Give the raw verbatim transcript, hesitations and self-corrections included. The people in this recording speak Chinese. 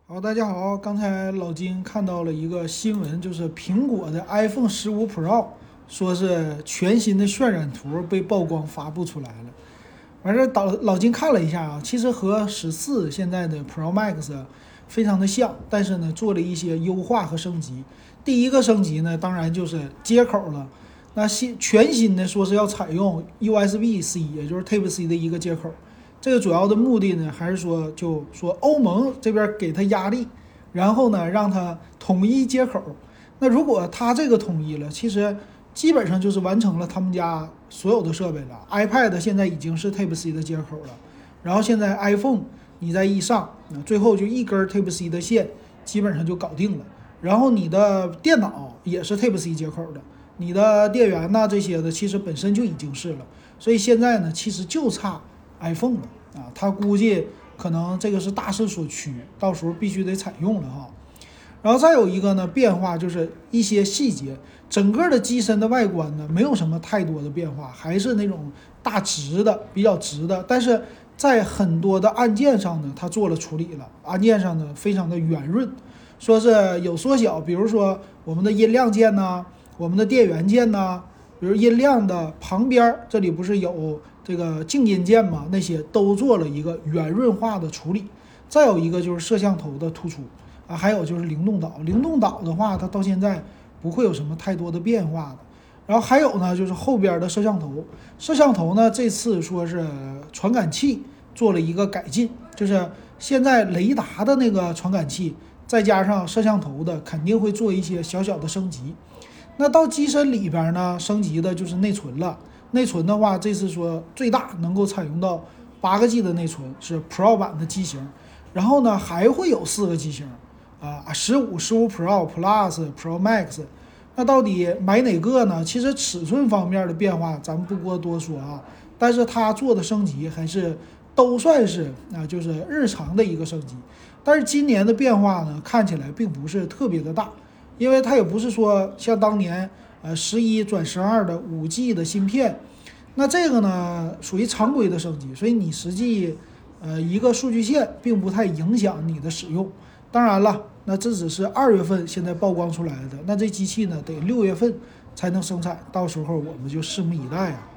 好，大家好，刚才老金看到了一个新闻，就是苹果的 iPhone 十五 Pro 说是全新的渲染图被曝光发布出来了。完事导老金看了一下啊，其实和十四现在的 Pro Max 非常的像，但是呢做了一些优化和升级。第一个升级呢，当然就是接口了。那新全新的说是要采用 U S B C， 也就是 Type C 的一个接口。这个主要的目的呢，还是说就说欧盟这边给他压力，然后呢让他统一接口。那如果他这个统一了，其实基本上就是完成了他们家所有的设备了。iPad 现在已经是 Type C 的接口了，然后现在 iPhone 你再一上，最后就一根 Type C 的线基本上就搞定了。然后你的电脑也是 Type C 接口的，你的电源呐这些的其实本身就已经是了，所以现在呢其实就差 iPhone 了啊，他估计可能这个是大势所趋，到时候必须得采用了哈。然后再有一个呢变化就是一些细节，整个的机身的外观呢没有什么太多的变化，还是那种大直的比较直的，但是在很多的按键上呢它做了处理了，按键上呢非常的圆润，说是有缩小，比如说我们的音量键呢，我们的电源键呢，比如音量的旁边这里不是有这个静音键嘛，那些都做了一个圆润化的处理。再有一个就是摄像头的突出啊，还有就是灵动岛，灵动岛的话它到现在不会有什么太多的变化的。然后还有呢就是后边的摄像头，摄像头呢这次说是传感器做了一个改进，就是现在雷达的那个传感器再加上摄像头的肯定会做一些小小的升级。那到机身里边呢升级的就是内存了，内存的话这次说最大能够采用到八个 G 的内存，是 Pro 版的机型。然后呢还会有四个机型啊，十五、十五 Pro Plus、Pro Max。那到底买哪个呢？其实尺寸方面的变化咱们不过多说啊，但是它做的升级还是都算是啊，就是日常的一个升级。但是今年的变化呢，看起来并不是特别的大，因为它也不是说像当年呃十一转十二的五 G 的芯片，那这个呢属于常规的升级，所以你实际呃一个数据线并不太影响你的使用。当然了，那这只是二月份现在曝光出来的，那这机器呢得六月份才能生产，到时候我们就拭目以待啊。